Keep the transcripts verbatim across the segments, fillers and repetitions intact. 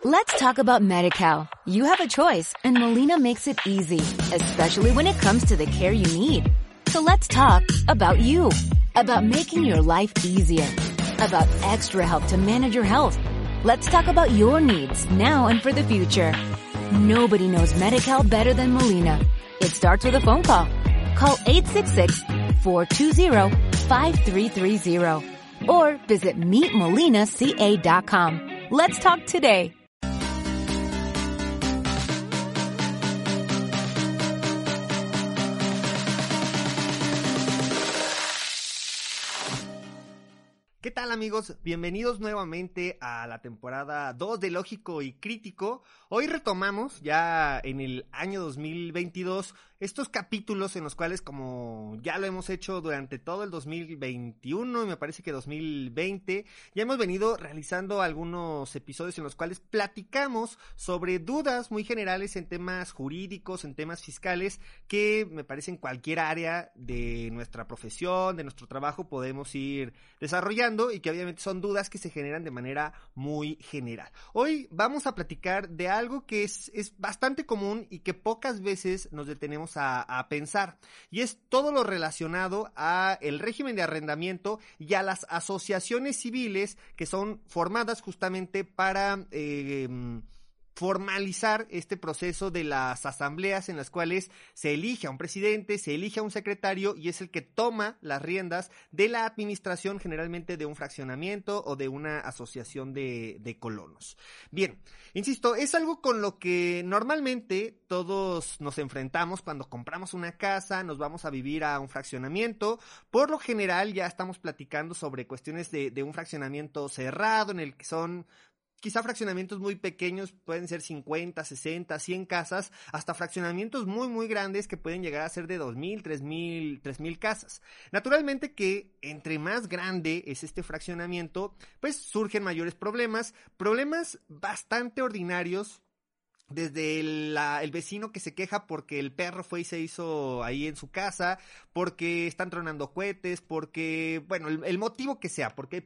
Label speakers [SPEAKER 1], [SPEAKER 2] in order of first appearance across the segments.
[SPEAKER 1] Let's talk about Medi-Cal. You have a choice, and Molina makes it easy, especially when it comes to the care you need. So let's talk about you, about making your life easier, about extra help to manage your health. Let's talk about your needs now and for the future. Nobody knows Medi-Cal better than Molina. It starts with a phone call. Call eight six six, four two zero, five three three zero or visit meet molina c a dot com. Let's talk today.
[SPEAKER 2] ¿Qué tal, amigos? Bienvenidos nuevamente a la temporada dos de Lógico y Crítico. Hoy retomamos ya en el año dos mil veintidós estos capítulos en los cuales, como ya lo hemos hecho durante todo el dos mil veintiuno y me parece que dos mil veinte, ya hemos venido realizando algunos episodios en los cuales platicamos sobre dudas muy generales en temas jurídicos, en temas fiscales, que me parece en cualquier área de nuestra profesión, de nuestro trabajo, podemos ir desarrollando y que obviamente son dudas que se generan de manera muy general. Hoy vamos a platicar de algo que es, es bastante común y que pocas veces nos detenemos a, a pensar, y es todo lo relacionado a el régimen de arrendamiento y a las asociaciones civiles que son formadas justamente para eh, formalizar este proceso de las asambleas en las cuales se elige a un presidente, se elige a un secretario y es el que toma las riendas de la administración, generalmente de un fraccionamiento o de una asociación de, de colonos. Bien, insisto, es algo con lo que normalmente todos nos enfrentamos cuando compramos una casa, nos vamos a vivir a un fraccionamiento. Por lo general ya estamos platicando sobre cuestiones de, de un fraccionamiento cerrado en el que son quizá fraccionamientos muy pequeños, pueden ser cincuenta, sesenta, cien casas, hasta fraccionamientos muy muy grandes que pueden llegar a ser de dos mil, tres mil, tres mil casas. Naturalmente que entre más grande es este fraccionamiento, pues surgen mayores problemas, problemas bastante ordinarios. Desde el, la, el vecino que se queja porque el perro fue y se hizo ahí en su casa, porque están tronando cohetes, porque, bueno, el, el motivo que sea, porque hay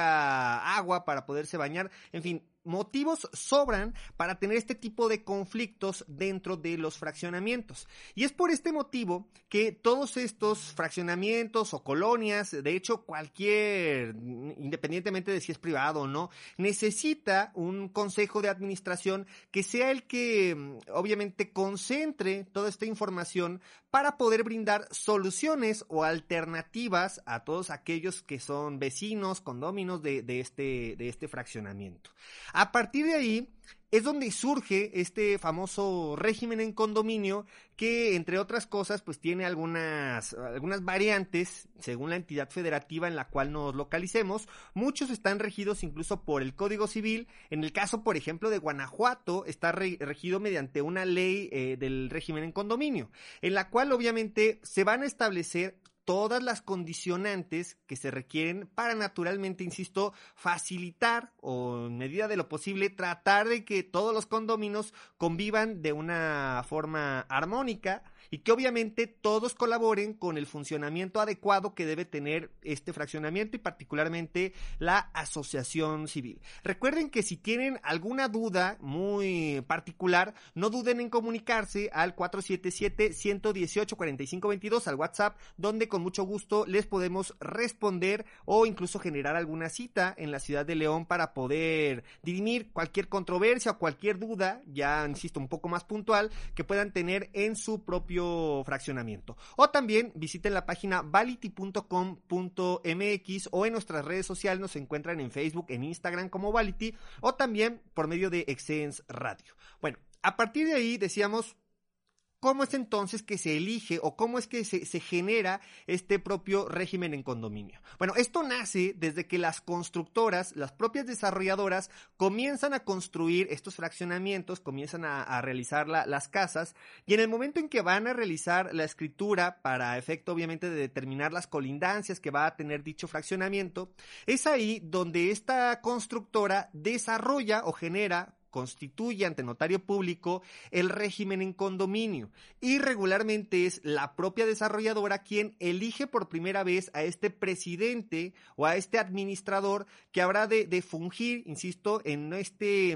[SPEAKER 2] poca agua para poderse bañar, en fin, motivos sobran para tener este tipo de conflictos dentro de los fraccionamientos. Y es por este motivo que todos estos fraccionamientos o colonias, de hecho cualquier, independientemente de si es privado o no, necesita un consejo de administración que sea el que obviamente concentre toda esta información para poder brindar soluciones o alternativas a todos aquellos que son vecinos, condóminos de, de, este, de este fraccionamiento. A partir de ahí es donde surge este famoso régimen en condominio que, entre otras cosas, pues tiene algunas, algunas variantes según la entidad federativa en la cual nos localicemos. Muchos están regidos incluso por el Código Civil. En el caso, por ejemplo, de Guanajuato, está re- regido mediante una ley eh, del régimen en condominio, en la cual obviamente se van a establecer todas las condicionantes que se requieren para, naturalmente, insisto, facilitar o en medida de lo posible tratar de que todos los condóminos convivan de una forma armónica y que obviamente todos colaboren con el funcionamiento adecuado que debe tener este fraccionamiento y particularmente la asociación civil. Recuerden que si tienen alguna duda muy particular, no duden en comunicarse al cuatro siete siete, uno uno ocho, cuatro cinco dos dos, al WhatsApp, donde con mucho gusto les podemos responder o incluso generar alguna cita en la ciudad de León para poder dirimir cualquier controversia o cualquier duda, ya insisto, un poco más puntual, que puedan tener en su propio fraccionamiento. O también visiten la página vality punto com punto m x o en nuestras redes sociales nos encuentran en Facebook, en Instagram como Vality o también por medio de Exens Radio. Bueno, a partir de ahí decíamos, ¿cómo es entonces que se elige o cómo es que se, se genera este propio régimen en condominio? Bueno, esto nace desde que las constructoras, las propias desarrolladoras, comienzan a construir estos fraccionamientos, comienzan a, a realizar la, las casas, y en el momento en que van a realizar la escritura para efecto obviamente de determinar las colindancias que va a tener dicho fraccionamiento, es ahí donde esta constructora desarrolla o genera, constituye ante notario público el régimen en condominio, y regularmente es la propia desarrolladora quien elige por primera vez a este presidente o a este administrador que habrá de, de fungir, insisto, en este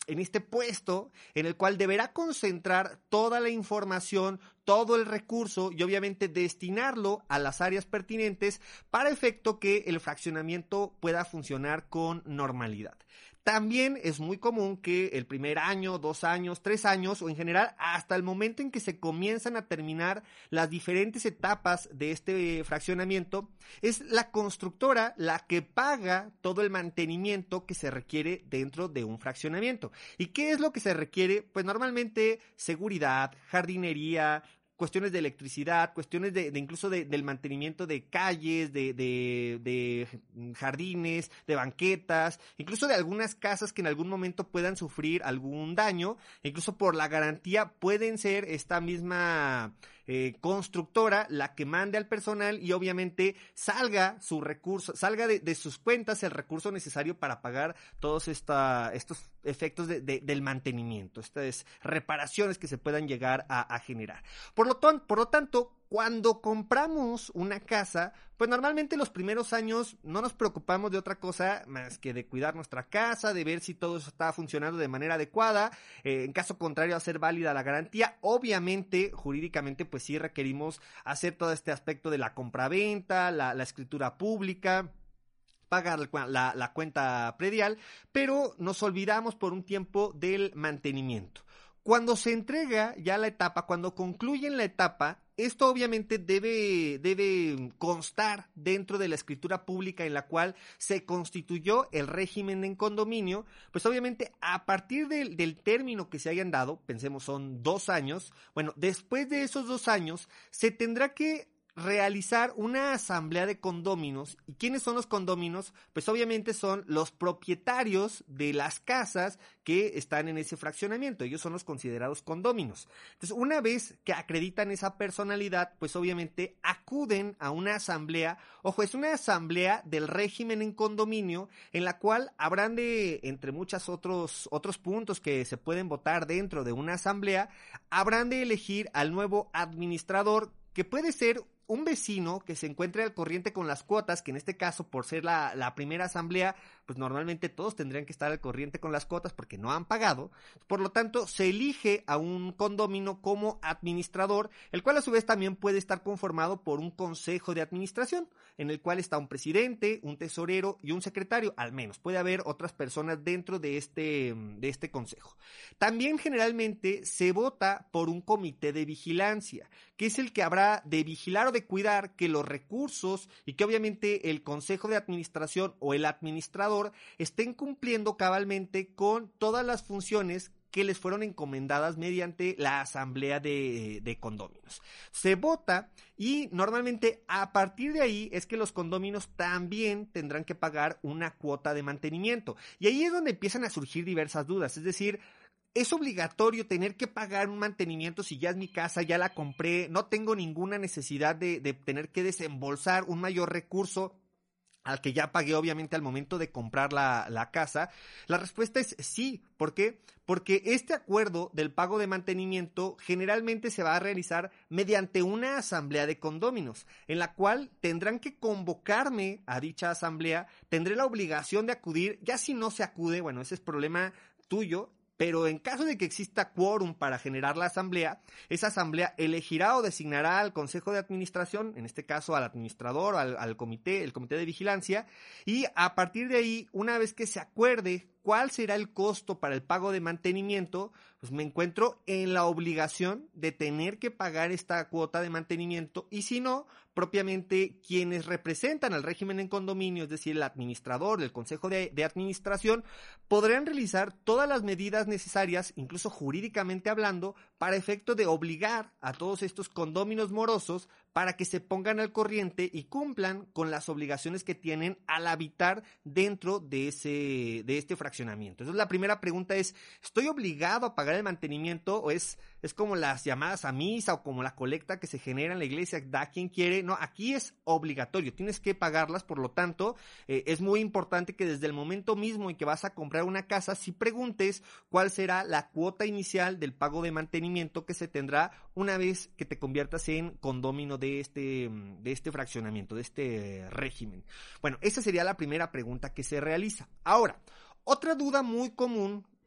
[SPEAKER 2] en este puesto en el cual deberá concentrar toda la información, todo el recurso y obviamente destinarlo a las áreas pertinentes para efecto que el fraccionamiento pueda funcionar con normalidad. También es muy común que el primer año, dos años, tres años o en general hasta el momento en que se comienzan a terminar las diferentes etapas de este fraccionamiento, es la constructora la que paga todo el mantenimiento que se requiere dentro de un fraccionamiento. ¿Y qué es lo que se requiere? Pues normalmente seguridad, jardinería, cuestiones de electricidad, cuestiones de, de incluso de, del mantenimiento de calles, de, de, de jardines, de banquetas, incluso de algunas casas que en algún momento puedan sufrir algún daño, incluso por la garantía pueden ser esta misma eh, constructora la que mande al personal y obviamente salga su recurso, salga de, de sus cuentas el recurso necesario para pagar todos esta, estos efectos de, de, del mantenimiento, estas reparaciones que se puedan llegar a, a generar. Por lo, ton, por lo tanto, cuando compramos una casa, pues normalmente los primeros años no nos preocupamos de otra cosa más que de cuidar nuestra casa, de ver si todo eso está funcionando de manera adecuada, eh, en caso contrario hacer válida la garantía. Obviamente, jurídicamente, pues sí requerimos hacer todo este aspecto de la compraventa, la, la escritura pública, pagar la, la cuenta predial, pero nos olvidamos por un tiempo del mantenimiento. Cuando se entrega ya la etapa, cuando concluyen la etapa, esto obviamente debe, debe constar dentro de la escritura pública en la cual se constituyó el régimen en condominio, pues obviamente a partir del, del término que se hayan dado, pensemos son dos años, bueno, después de esos dos años se tendrá que realizar una asamblea de condóminos. ¿Y quiénes son los condóminos? Pues obviamente son los propietarios de las casas que están en ese fraccionamiento. Ellos son los considerados condóminos. Entonces, una vez que acreditan esa personalidad, pues obviamente acuden a una asamblea. Ojo, es una asamblea del régimen en condominio en la cual habrán de, entre muchos otros, otros puntos que se pueden votar dentro de una asamblea, habrán de elegir al nuevo administrador, que puede ser un vecino que se encuentre al corriente con las cuotas, que en este caso, por ser la, la primera asamblea, pues normalmente todos tendrían que estar al corriente con las cuotas porque no han pagado. Por lo tanto, se elige a un condómino como administrador, el cual a su vez también puede estar conformado por un consejo de administración, en el cual está un presidente, un tesorero y un secretario, al menos. Puede haber otras personas dentro de este, de este consejo. También generalmente se vota por un comité de vigilancia, que es el que habrá de vigilar o de cuidar que los recursos y que obviamente el consejo de administración o el administrador estén cumpliendo cabalmente con todas las funciones que les fueron encomendadas mediante la asamblea de, de condóminos. Se vota y normalmente a partir de ahí es que los condóminos también tendrán que pagar una cuota de mantenimiento. Y ahí es donde empiezan a surgir diversas dudas, es decir, ¿es obligatorio tener que pagar un mantenimiento si ya es mi casa, ya la compré, no tengo ninguna necesidad de, de tener que desembolsar un mayor recurso al que ya pagué obviamente al momento de comprar la, la casa? La respuesta es sí. ¿Por qué? Porque este acuerdo del pago de mantenimiento generalmente se va a realizar mediante una asamblea de condóminos, en la cual tendrán que convocarme a dicha asamblea, tendré la obligación de acudir, ya si no se acude, bueno, ese es problema tuyo. Pero en caso de que exista quórum para generar la asamblea, esa asamblea elegirá o designará al consejo de administración, en este caso al administrador, al, al comité, el comité de vigilancia, y a partir de ahí, una vez que se acuerde cuál será el costo para el pago de mantenimiento, pues me encuentro en la obligación de tener que pagar esta cuota de mantenimiento, y si no, propiamente quienes representan al régimen en condominio, es decir, el administrador, el consejo de, de administración, podrán realizar todas las medidas necesarias, incluso jurídicamente hablando, para efecto de obligar a todos estos condóminos morosos para que se pongan al corriente y cumplan con las obligaciones que tienen al habitar dentro de ese de este fraccionamiento. Entonces la primera pregunta es, ¿estoy obligado a pagar el mantenimiento o es, es como las llamadas a misa o como la colecta que se genera en la iglesia, da quien quiere? No, aquí es obligatorio, tienes que pagarlas. Por lo tanto, eh, es muy importante que desde el momento mismo en que vas a comprar una casa, si preguntes cuál será la cuota inicial del pago de mantenimiento que se tendrá una vez que te conviertas en condómino de este, de este fraccionamiento, de este régimen. Bueno, esa sería la primera pregunta que se realiza. Ahora, otra duda muy común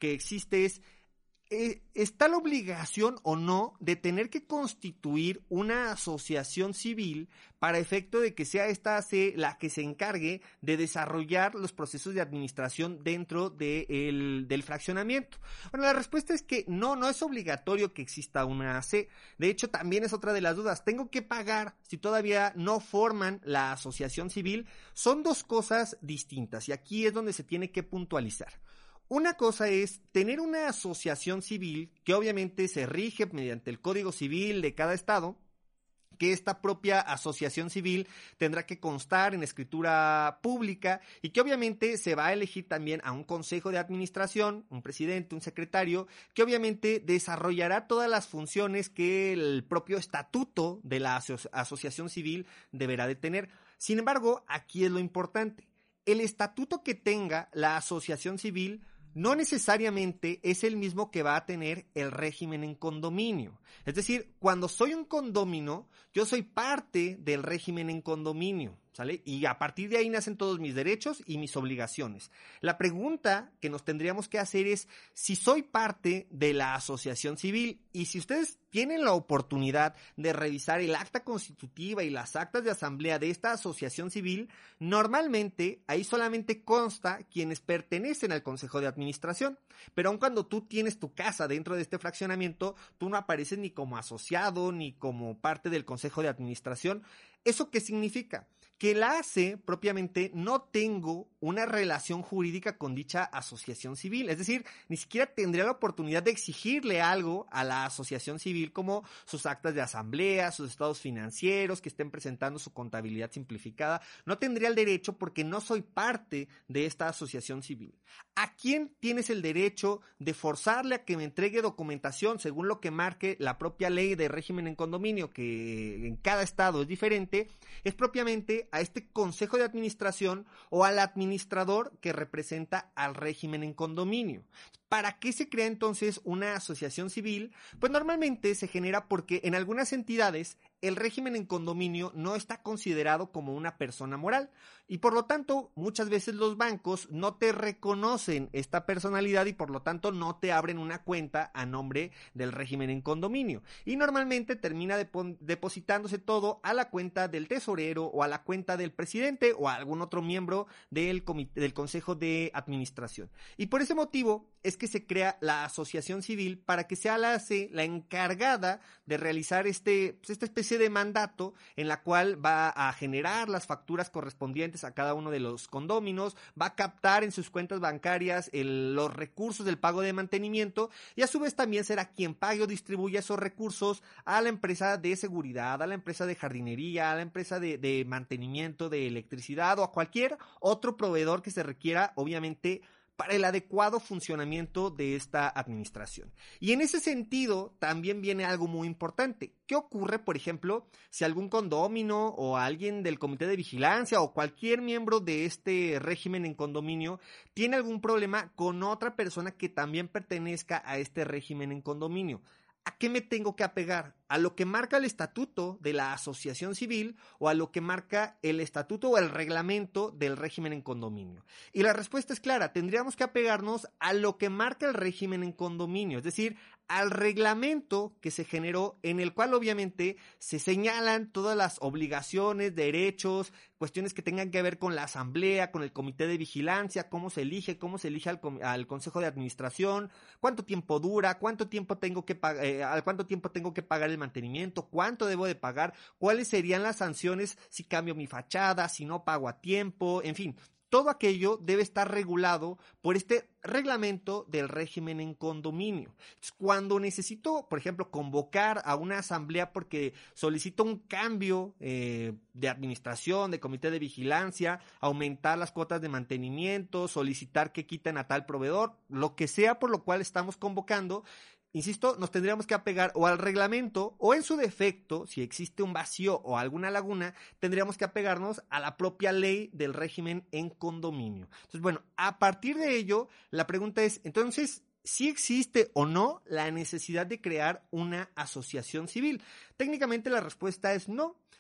[SPEAKER 2] que existe es, eh, ¿está la obligación o no de tener que constituir una asociación civil para efecto de que sea esta la que se encargue de desarrollar los procesos de administración dentro de el, del fraccionamiento? Bueno, la respuesta es que no, no es obligatorio que exista una A C. De hecho, también es otra de las dudas. ¿Tengo que pagar si todavía no forman la asociación civil? Son dos cosas distintas y aquí es donde se tiene que puntualizar. Una cosa es tener una asociación civil que obviamente se rige mediante el Código Civil de cada estado, que esta propia asociación civil tendrá que constar en escritura pública y que obviamente se va a elegir también a un consejo de administración, un presidente, un secretario, que obviamente desarrollará todas las funciones que el propio estatuto de la aso- asociación civil deberá de tener. Sin embargo, aquí es lo importante. El estatuto que tenga la asociación civil no necesariamente es el mismo que va a tener el régimen en condominio. Es decir, cuando soy un condómino, yo soy parte del régimen en condominio, ¿sale? Y a partir de ahí nacen todos mis derechos y mis obligaciones. La pregunta que nos tendríamos que hacer es si soy parte de la asociación civil, y si ustedes tienen la oportunidad de revisar el acta constitutiva y las actas de asamblea de esta asociación civil, normalmente ahí solamente consta quienes pertenecen al consejo de administración, pero aun cuando tú tienes tu casa dentro de este fraccionamiento, tú no apareces ni como asociado ni como parte del consejo de administración. ¿Eso qué significa? Que la A C propiamente no tengo una relación jurídica con dicha asociación civil, es decir, ni siquiera tendría la oportunidad de exigirle algo a la asociación civil como sus actas de asamblea, sus estados financieros, que estén presentando su contabilidad simplificada. No tendría el derecho porque no soy parte de esta asociación civil. ¿A quién tienes el derecho de forzarle a que me entregue documentación según lo que marque la propia ley de régimen en condominio, que en cada estado es diferente? Es propiamente a este consejo de administración o al administrador que representa al régimen en condominio. ¿Para qué se crea entonces una asociación civil? Pues normalmente se genera porque en algunas entidades el régimen en condominio no está considerado como una persona moral y por lo tanto muchas veces los bancos no te reconocen esta personalidad y por lo tanto no te abren una cuenta a nombre del régimen en condominio y normalmente termina depo- depositándose todo a la cuenta del tesorero o a la cuenta del presidente o a algún otro miembro del comité, del consejo de administración. Y por ese motivo es que se crea la asociación civil para que sea la A C la encargada de realizar este, pues esta especie de mandato en la cual va a generar las facturas correspondientes a cada uno de los condóminos, va a captar en sus cuentas bancarias el, los recursos del pago de mantenimiento y a su vez también será quien pague o distribuya esos recursos a la empresa de seguridad, a la empresa de jardinería, a la empresa de, de mantenimiento de electricidad o a cualquier otro proveedor que se requiera, obviamente, para el adecuado funcionamiento de esta administración. Y en ese sentido también viene algo muy importante. ¿Qué ocurre, por ejemplo, si algún condómino o alguien del comité de vigilancia o cualquier miembro de este régimen en condominio tiene algún problema con otra persona que también pertenezca a este régimen en condominio? ¿A qué me tengo que apegar? ¿A lo que marca el estatuto de la asociación civil o a lo que marca el estatuto o el reglamento del régimen en condominio? Y la respuesta es clara, tendríamos que apegarnos a lo que marca el régimen en condominio, es decir, al reglamento que se generó en el cual obviamente se señalan todas las obligaciones, derechos, cuestiones que tengan que ver con la asamblea, con el comité de vigilancia, cómo se elige, cómo se elige al, al consejo de administración, cuánto tiempo dura, cuánto tiempo tengo que pagar, eh, al cuánto tiempo tengo que pagar el mantenimiento, cuánto debo de pagar, cuáles serían las sanciones si cambio mi fachada, si no pago a tiempo, en fin. Todo aquello debe estar regulado por este reglamento del régimen en condominio. Cuando necesito, por ejemplo, convocar a una asamblea porque solicito un cambio eh, de administración, de comité de vigilancia, aumentar las cuotas de mantenimiento, solicitar que quiten a tal proveedor, lo que sea por lo cual estamos convocando, insisto, nos tendríamos que apegar o al reglamento o en su defecto, si existe un vacío o alguna laguna, tendríamos que apegarnos a la propia ley del régimen en condominio. Entonces, bueno, a partir de ello, la pregunta es, entonces, ¿sí existe o no la necesidad de crear una asociación civil? Técnicamente la respuesta es no.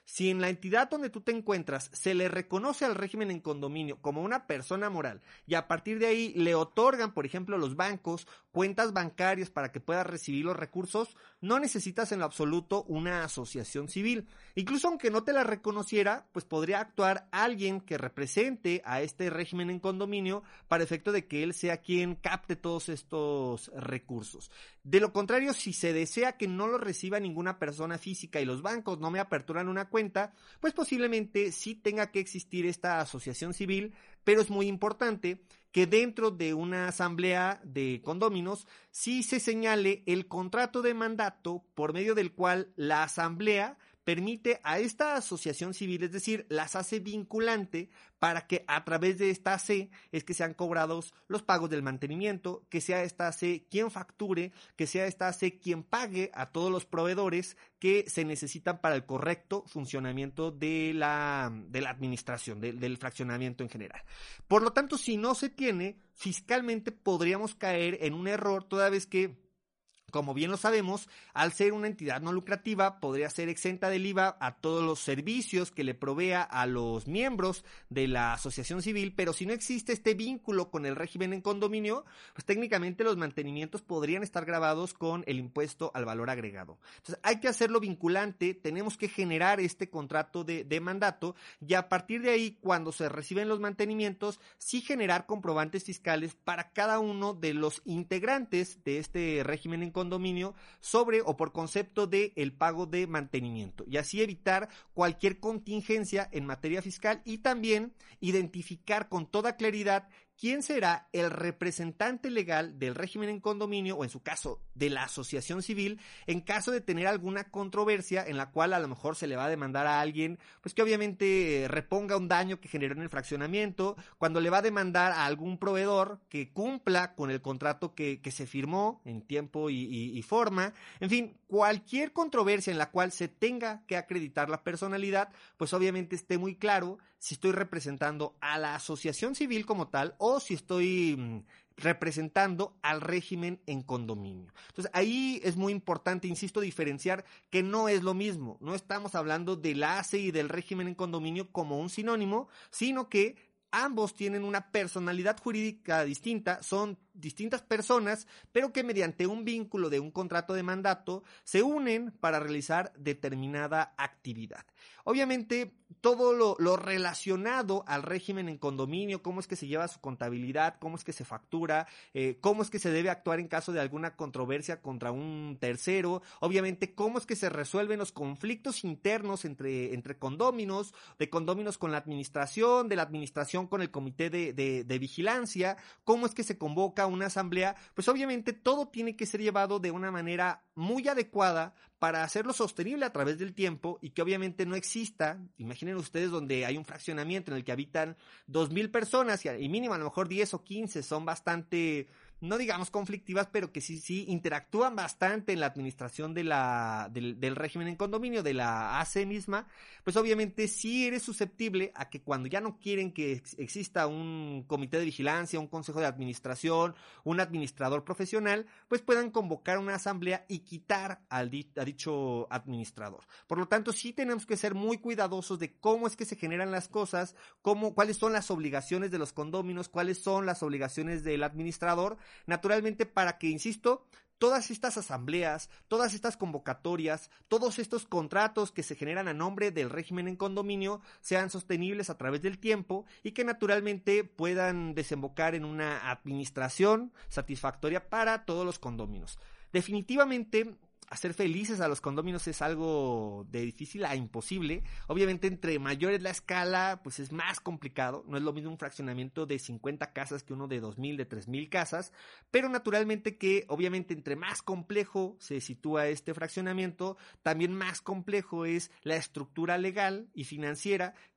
[SPEAKER 2] Si en la entidad donde tú te encuentras se le reconoce al régimen en condominio como una persona moral y a partir de ahí le otorgan, por ejemplo, los bancos, cuentas bancarias para que pueda recibir los recursos, no necesitas en lo absoluto una asociación civil. Incluso aunque no te la reconociera, pues podría actuar alguien que represente a este régimen en condominio para efecto de que él sea quien capte todos estos recursos. De lo contrario, si se desea que no lo reciba ninguna persona física y los bancos no me aperturan una cuenta, pues posiblemente sí tenga que existir esta asociación civil, pero es muy importante que dentro de una asamblea de condóminos sí se señale el contrato de mandato por medio del cual la asamblea permite a esta asociación civil, es decir, las hace vinculante para que a través de esta A C es que sean cobrados los pagos del mantenimiento, que sea esta A C quien facture, que sea esta A C quien pague a todos los proveedores que se necesitan para el correcto funcionamiento de la, de la administración, de, del fraccionamiento en general. Por lo tanto, si no se tiene, fiscalmente podríamos caer en un error toda vez que, como bien lo sabemos, al ser una entidad no lucrativa, podría ser exenta del I V A a todos los servicios que le provea a los miembros de la asociación civil, pero si no existe este vínculo con el régimen en condominio, pues técnicamente los mantenimientos podrían estar gravados con el impuesto al valor agregado. Entonces hay que hacerlo vinculante, tenemos que generar este contrato de, de mandato y a partir de ahí, cuando se reciben los mantenimientos, sí generar comprobantes fiscales para cada uno de los integrantes de este régimen en condominio condominio sobre o por concepto de el pago de mantenimiento y así evitar cualquier contingencia en materia fiscal y también identificar con toda claridad quién será el representante legal del régimen en condominio o en su caso de la asociación civil en caso de tener alguna controversia en la cual a lo mejor se le va a demandar a alguien pues que obviamente eh, reponga un daño que generó en el fraccionamiento, cuando le va a demandar a algún proveedor que cumpla con el contrato que, que se firmó en tiempo y, y, y forma, en fin, cualquier controversia en la cual se tenga que acreditar la personalidad, pues obviamente esté muy claro si estoy representando a la asociación civil como tal o si estoy mmm, representando al régimen en condominio. Entonces ahí es muy importante, insisto, diferenciar que no es lo mismo, no estamos hablando del A C E y del régimen en condominio como un sinónimo, sino que ambos tienen una personalidad jurídica distinta, son distintas personas, pero que mediante un vínculo de un contrato de mandato se unen para realizar determinada actividad. Obviamente, todo lo, lo relacionado al régimen en condominio, cómo es que se lleva su contabilidad, cómo es que se factura, eh, cómo es que se debe actuar en caso de alguna controversia contra un tercero, obviamente cómo es que se resuelven los conflictos internos entre, entre condóminos, de condóminos con la administración, de la administración con el comité de, de, de vigilancia, cómo es que se convoca una asamblea, pues obviamente todo tiene que ser llevado de una manera muy adecuada para hacerlo sostenible a través del tiempo y que obviamente no exista, imaginen ustedes donde hay un fraccionamiento en el que habitan dos mil personas y, y mínimo a lo mejor diez o quince son bastante, no digamos conflictivas, pero que sí, sí interactúan bastante en la administración de la, del, del régimen en condominio, de la A C E misma, pues obviamente sí eres susceptible a que cuando ya no quieren que ex- exista un comité de vigilancia, un consejo de administración, un administrador profesional, pues puedan convocar una asamblea y quitar al di- a dicho administrador. Por lo tanto, sí tenemos que ser muy cuidadosos de cómo es que se generan las cosas, cómo, cuáles son las obligaciones de los condóminos, cuáles son las obligaciones del administrador, naturalmente para que, insisto, todas estas asambleas, todas estas convocatorias, todos estos contratos que se generan a nombre del régimen en condominio sean sostenibles a través del tiempo y que naturalmente puedan desembocar en una administración satisfactoria para todos los condóminos. Definitivamente, hacer felices a los condóminos es algo de difícil a imposible. Obviamente, entre mayor es la escala, pues es más complicado. No es lo mismo un fraccionamiento de cincuenta casas que uno de dos mil, de tres mil casas. Pero naturalmente que, obviamente, entre más complejo se sitúa este fraccionamiento, también más complejo es la estructura legal y financiera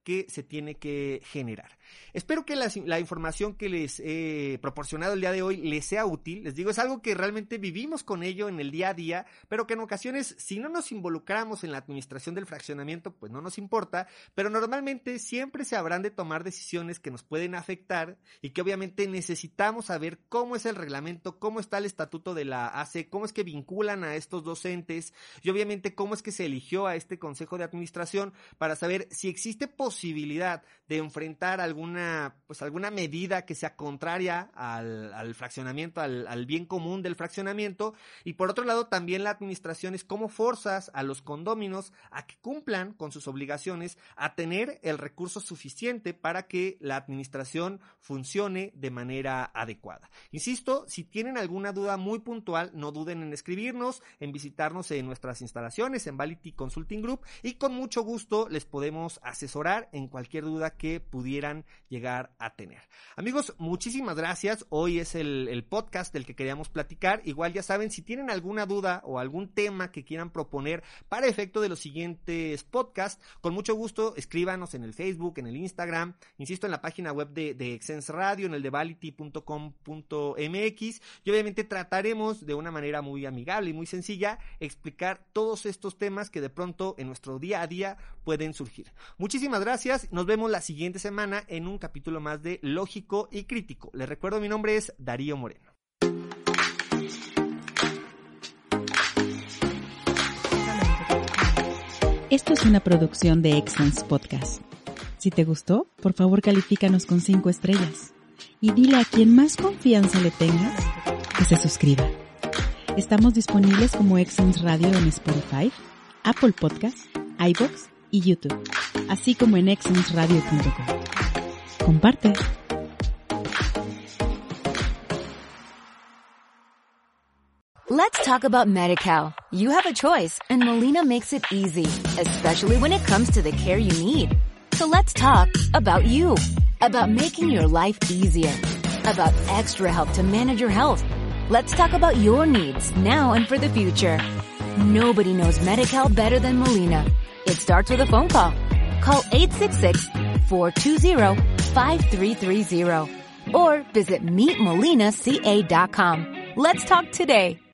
[SPEAKER 2] que se tiene que generar. Espero que la, la información que les he proporcionado el día de hoy les sea útil. Les digo, es algo que realmente vivimos con ello en el día a día, pero que en ocasiones, si no nos involucramos en la administración del fraccionamiento, pues no nos importa, pero normalmente siempre se habrán de tomar decisiones que nos pueden afectar y que obviamente necesitamos saber cómo es el reglamento, cómo está el estatuto de la A C, cómo es que vinculan a estos docentes y obviamente cómo es que se eligió a este consejo de administración para saber si existe posibilidad de enfrentar alguna, pues alguna medida que sea contraria al, al fraccionamiento, al, al bien común del fraccionamiento. Y por otro lado también la administración es cómo forzas a los condóminos a que cumplan con sus obligaciones, a tener el recurso suficiente para que la administración funcione de manera adecuada. Insisto, si tienen alguna duda muy puntual, no duden en escribirnos, en visitarnos en nuestras instalaciones en Vality Consulting Group y con mucho gusto les podemos asesorar en cualquier duda que pudieran llegar a tener. Amigos, muchísimas gracias. Hoy es el, el podcast del que queríamos platicar. Igual ya saben, si tienen alguna duda o algún tema que quieran proponer para efecto de los siguientes podcasts, con mucho gusto escríbanos en el Facebook, en el Instagram, insisto, en la página web de, de Exens Radio, en el de vality punto com punto m x, y obviamente trataremos de una manera muy amigable y muy sencilla explicar todos estos temas que de pronto en nuestro día a día pueden surgir. Muchísimas gracias, nos vemos la siguiente semana en un capítulo más de Lógico y Crítico. Les recuerdo, mi nombre es Darío Moreno.
[SPEAKER 3] Esto es una producción de Exens Podcast. Si te gustó, por favor califícanos con cinco estrellas y dile a quien más confianza le tengas que se suscriba. Estamos disponibles como Exens Radio en Spotify, Apple Podcasts, iVoox y YouTube, así como en exens radio punto com. Comparte.
[SPEAKER 1] Let's talk about Medi-Cal. You have a choice, and Molina makes it easy, especially when it comes to the care you need. So let's talk about you, about making your life easier, about extra help to manage your health. Let's talk about your needs now and for the future. Nobody knows Medi-Cal better than Molina. It starts with a phone call. Call eight six six, four two zero, five three three zero or visit meet molina c a dot com. Let's talk today.